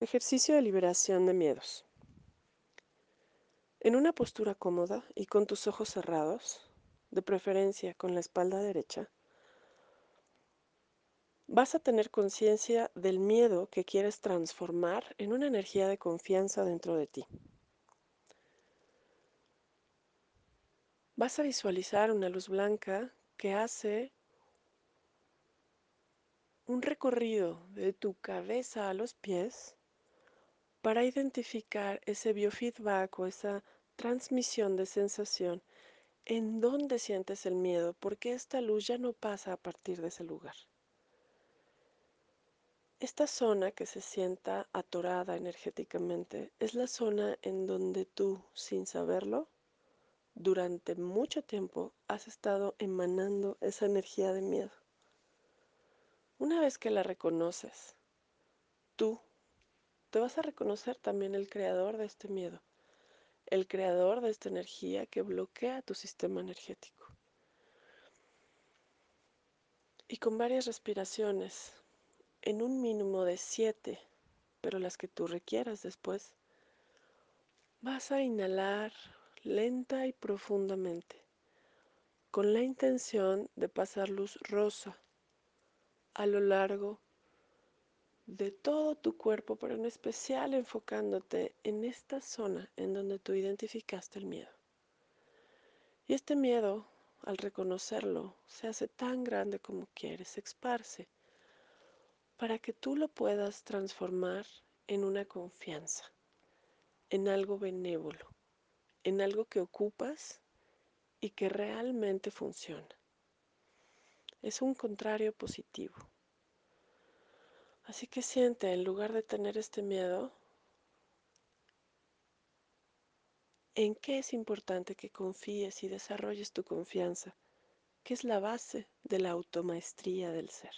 Ejercicio de liberación de miedos. En una postura cómoda y con tus ojos cerrados, de preferencia con la espalda derecha, vas a tener conciencia del miedo que quieres transformar en una energía de confianza dentro de ti. Vas a visualizar una luz blanca que hace un recorrido de tu cabeza a los pies para identificar ese biofeedback o esa transmisión de sensación en dónde sientes el miedo, porque esta luz ya no pasa a partir de ese lugar. Esta zona que se sienta atorada energéticamente es la zona en donde tú, sin saberlo, durante mucho tiempo has estado emanando esa energía de miedo. Una vez que la reconoces, tú te vas a reconocer también el creador de este miedo, el creador de esta energía que bloquea tu sistema energético. Y con varias respiraciones, en un mínimo de 7, pero las que tú requieras después, vas a inhalar lenta y profundamente, con la intención de pasar luz rosa a lo largo de todo tu cuerpo, pero en especial enfocándote en esta zona en donde tú identificaste el miedo. Y este miedo, al reconocerlo, se hace tan grande como quieres, se esparce, para que tú lo puedas transformar en una confianza, en algo benévolo, en algo que ocupas y que realmente funciona. Es un contrario positivo. Así que siente, en lugar de tener este miedo, en qué es importante que confíes y desarrolles tu confianza, que es la base de la automaestría del ser.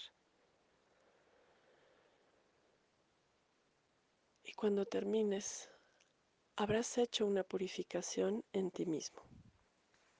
Y cuando termines, habrás hecho una purificación en ti mismo.